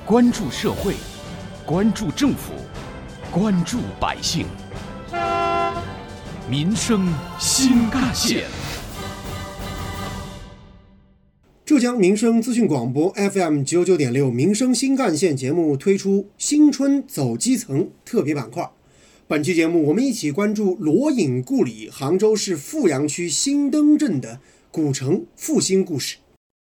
关注社会，关注政府，关注百姓，民生新干线。 浙江民生资讯广播 FM 99.6民生新干线节目推出新春走基层特别板块。本期节目我们一起关注罗隐故里杭州市富阳区新登镇的古城复兴故事，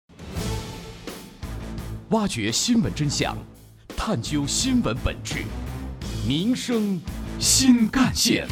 挖掘新闻真相，探究新闻本质，民生新干线。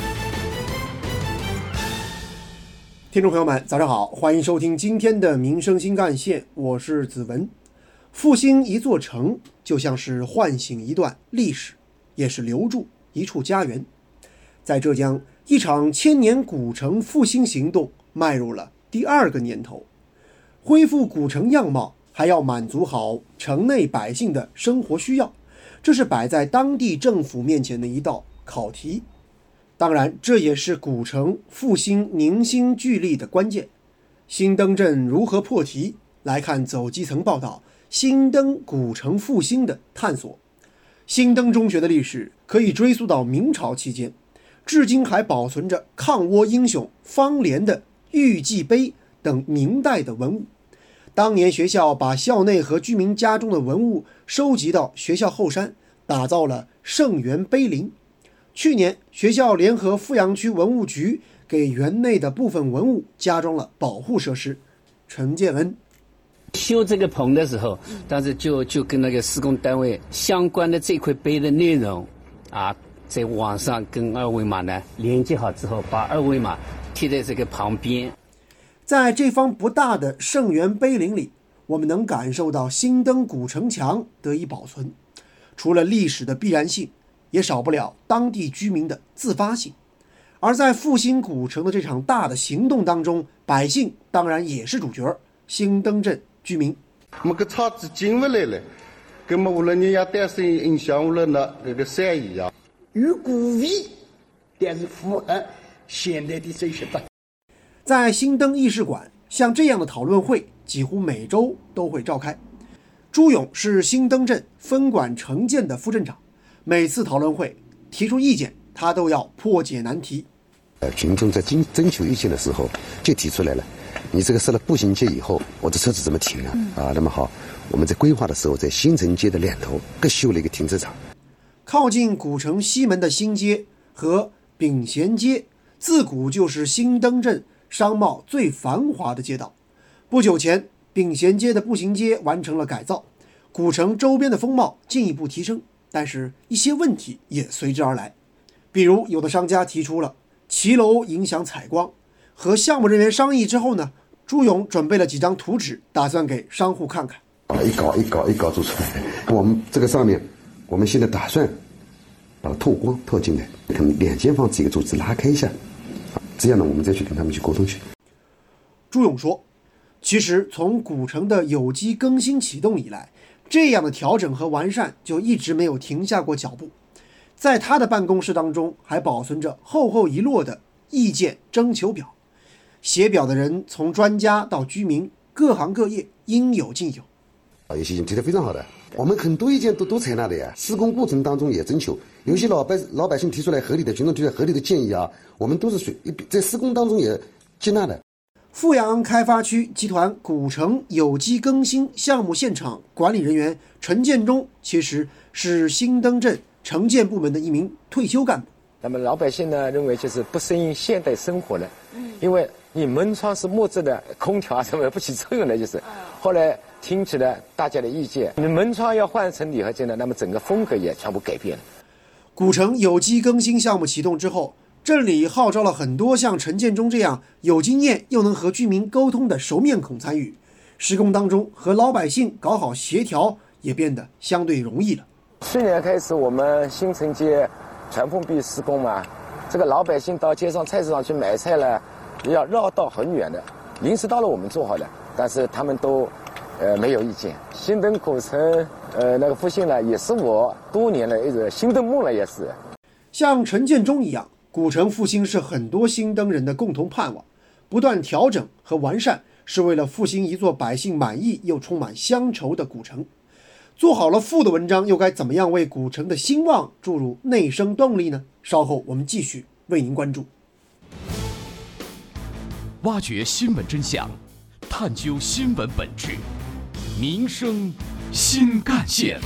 听众朋友们早上好，欢迎收听今天的民生新干线，我是子文。复兴一座城，就像是唤醒一段历史，也是留住一处家园。在浙江，一场千年古城复兴行动迈入了第2个年头。恢复古城样貌，还要满足好城内百姓的生活需要，这是摆在当地政府面前的一道考题。当然，这也是古城复兴凝心聚力的关键。新登镇如何破题？来看走基层报道新登古城复兴的探索。新登中学的历史可以追溯到明朝期间，至今还保存着抗倭英雄方廉的玉记碑等明代的文物。当年学校把校内和居民家中的文物收集到学校后山，打造了圣园碑林。去年，学校联合富阳区文物局给园内的部分文物加装了保护设施。陈建文修这个棚的时候，当时就跟那个施工单位相关的这块碑的内容在网上跟二维码呢连接好之后，把二维码贴在这个旁边。 在这方不大的圣园碑林里，我们能感受到新登古城墙得以保存。除了历史的必然性，也少不了当地居民的自发性。而在复兴古城的这场大的行动当中，百姓当然也是主角。新登镇居民， 我们个厂子进不来了，跟我了人家诞生影响了那个生意啊。 与古为，但是符合现代的这些吧。 在新登议事馆，像这样的讨论会几乎每周都会召开。朱勇是新登镇分管城建的副镇长，每次讨论会提出意见，他都要破解难题。 群众在征求意见的时候就提出来了，你这个设了步行街以后，我的车子怎么停啊？那么好，我们在规划的时候，在新城街的两头各修了一个停车场。 靠近古城西门的新街和丙贤街，自古就是新登镇商贸最繁华的街道。不久前，丙贤街的步行街完成了改造，古城周边的风貌进一步提升，但是一些问题也随之而来。比如有的商家提出了骑楼影响采光，和项目人员商议之后呢，朱勇准备了几张图纸，打算给商户看看。 一搞做出来，我们这个上面我们现在打算把它透光透进来，可能2间房这个柱子拉开一下，这样呢我们再去跟他们去沟通去。 朱勇说，其实从古城的有机更新启动以来，这样的调整和完善就一直没有停下过脚步。在他的办公室当中还保存着厚厚一摞的意见征求表，写表的人从专家到居民，各行各业应有尽有。 有些意见提得非常好的，我们很多意见都采纳的呀。施工过程当中也征求，有些老百姓提出来合理的，群众提出来合理的建议啊，我们都是在施工当中也接纳的。 富阳开发区集团古城有机更新项目现场管理人员陈建忠，其实是新登镇城建部门的一名退休干部。 那么老百姓呢认为就是不适应现代生活的，因为你门窗是木质的，空调什么不起作用的，就是后来听取了大家的意见，你门窗要换成铝合金的，那么整个风格也全部改变了。 古城有机更新项目启动之后，镇里号召了很多像陈建忠这样有经验又能和居民沟通的熟面孔参与，施工当中和老百姓搞好协调也变得相对容易了。 去年开始我们新城街全封闭施工嘛，这个老百姓到街上菜市场去买菜了，要绕道很远的，临时到了我们做好的，但是他们都没有意见。新登古城那个复兴呢，也是我多年的一个新登梦了，也是。 像陈建忠一样，古城复兴是很多新登人的共同盼望，不断调整和完善是为了复兴一座百姓满意又充满乡愁的古城。 做好了负的文章，又该怎么样为古城的兴旺注入内生动力呢？稍后我们继续为您关注。 挖掘新闻真相，探究新闻本质，民生新干线。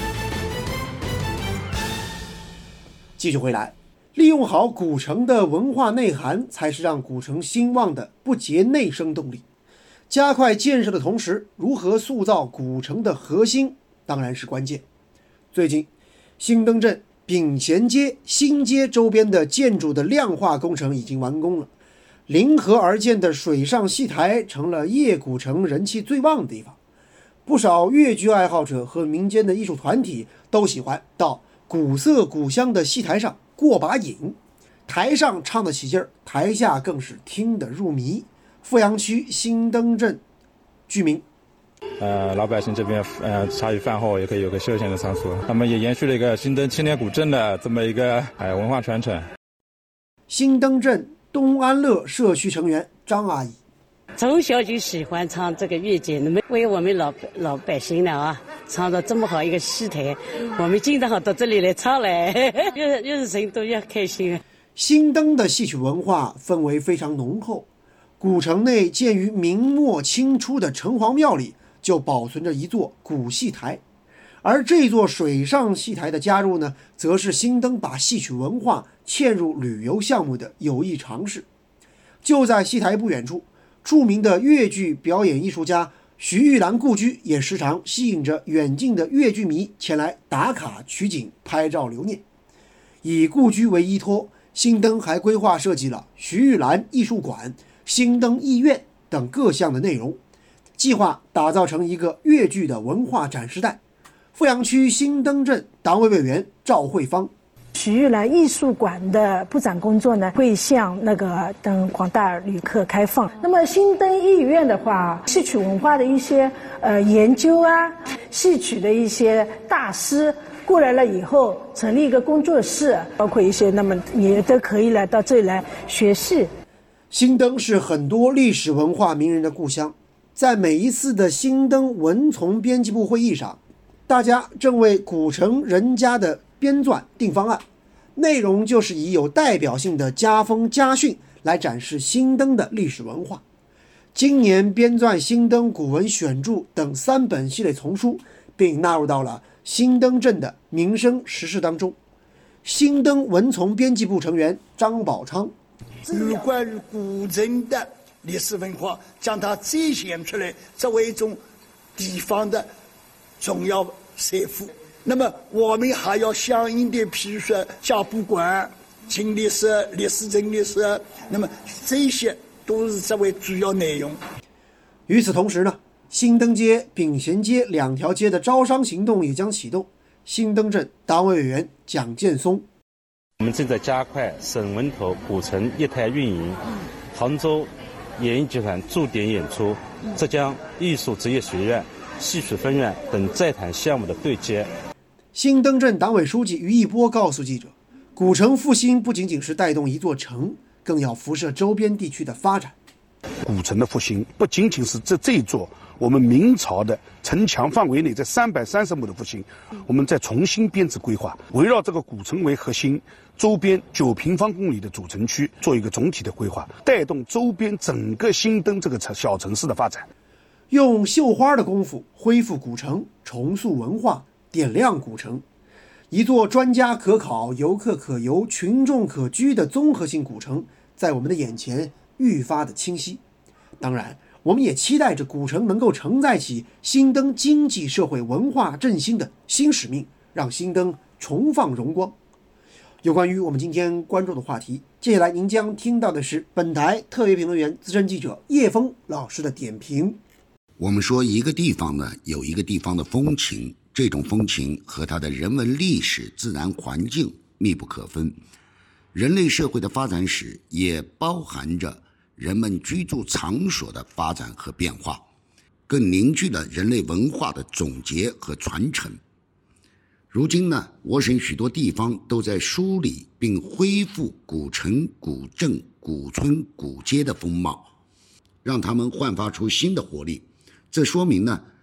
继续回来，利用好古城的文化内涵，才是让古城兴旺的不竭内生动力。加快建设的同时，如何塑造古城的核心，当然是关键。最近，新登镇、丙贤街、新街周边的建筑的亮化工程已经完工了，临河而建的水上戏台成了夜古城人气最旺的地方。不少粤剧爱好者和民间的艺术团体都喜欢到古色古香的戏台上过把瘾，台上唱得起劲儿，台下更是听得入迷。富阳区新登镇居民， 老百姓这边茶余饭后也可以有个休闲的场所，那么也延续了一个新登青年古镇的这么一个文化传承。 新登镇东安乐社区成员张阿姨， 从小就喜欢唱这个粤剧，那么为我们老百姓呢唱到这么好一个戏台，我们经常到这里来唱来，越是人都越开心。 新登的戏曲文化氛围非常浓厚，古城内建于明末清初的城隍庙里就保存着一座古戏台，而这座水上戏台的加入呢，则是新登把戏曲文化嵌入旅游项目的有益尝试。就在戏台不远处，著名的粤剧表演艺术家徐玉兰故居也时常吸引着远近的粤剧迷前来打卡取景拍照留念。以故居为依托，新登还规划设计了徐玉兰艺术馆、新登艺院等各项的内容，计划打造成一个粤剧的文化展示带。富阳区新登镇党委委员赵慧芳， 徐玉兰艺术馆的布展工作呢，会向等广大旅客开放。那么新登艺院的话，戏曲文化的一些研究啊，戏曲的一些大师过来了以后，成立一个工作室，包括一些，那么也都可以来到这里来学戏。 新登是很多历史文化名人的故乡，在每一次的新登文从编辑部会议上，大家正为古城人家的编纂定方案，内容就是以有代表性的家风家训来展示新登的历史文化。今年编纂新登古文选著等3本系列丛书，并纳入到了新登镇的民生实事当中。新登文从编辑部成员张宝昌， 有关于古镇的历史文化，将它展现出来，作为一种地方的重要财富。那么我们还要相应的，譬如说家补馆、清历史、历史整历史，那么这些都是作为主要内容。 与此同时呢，新登街、丙贤街2条街的招商行动也将启动。新登镇党委委员蒋建松， 我们正在加快省文投古城业态运营，杭州演艺集团驻点演出，浙江艺术职业学院、戏曲分院等在谈项目的对接。 新登镇党委书记于一波告诉记者，古城复兴不仅仅是带动一座城，更要辐射周边地区的发展。 古城的复兴不仅仅是这一座我们明朝的城墙范围内这330亩的复兴，我们再重新编制规划，围绕这个古城为核心，周边9平方公里的主城区做一个总体的规划，带动周边整个新登这个小城市的发展。 用绣花的功夫恢复古城，重塑文化，点亮古城，一座专家可考、游客可游、群众可居的综合性古城，在我们的眼前愈发的清晰。当然，我们也期待着古城能够承载起新登经济社会文化振兴的新使命，让新登重放荣光。有关于我们今天关注的话题，接下来您将听到的是本台特别评论员、资深记者叶峰老师的点评。 我们说一个地方呢，有一个地方的风情，这种风情和它的人文历史、自然环境密不可分。人类社会的发展史也包含着人们居住场所的发展和变化，更凝聚了人类文化的总结和传承。如今呢，我省许多地方都在梳理并恢复古城、古镇、古村、古街的风貌，让它们焕发出新的活力。这说明呢，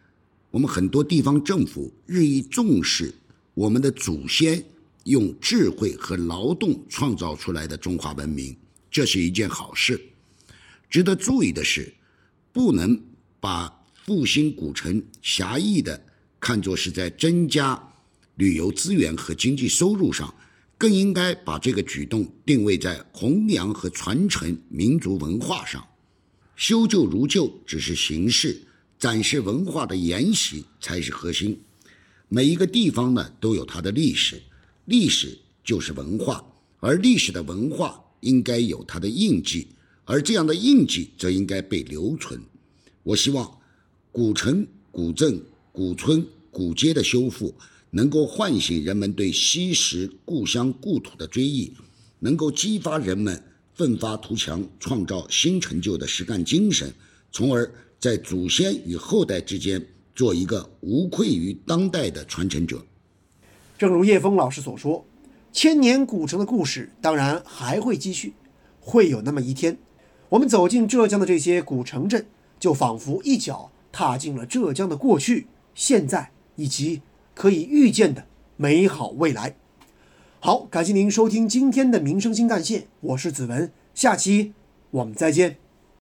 我们很多地方政府日益重视我们的祖先用智慧和劳动创造出来的中华文明，这是一件好事。值得注意的是，不能把复兴古城狭义的看作是在增加旅游资源和经济收入上，更应该把这个举动定位在弘扬和传承民族文化上。修旧如旧只是形式，展示文化的沿袭才是核心。每一个地方呢都有它的历史，历史就是文化，而历史的文化应该有它的印记，而这样的印记则应该被留存。我希望古城、古镇、古村、古街的修复能够唤醒人们对昔时故乡故土的追忆，能够激发人们奋发图强、创造新成就的实干精神，从而在祖先与后代之间做一个无愧于当代的传承者。 正如叶峰老师所说，千年古城的故事当然还会继续，会有那么一天，我们走进浙江的这些古城镇，就仿佛一脚踏进了浙江的过去、现在以及可以预见的美好未来。好，感谢您收听今天的民生新干线，我是子文，下期我们再见。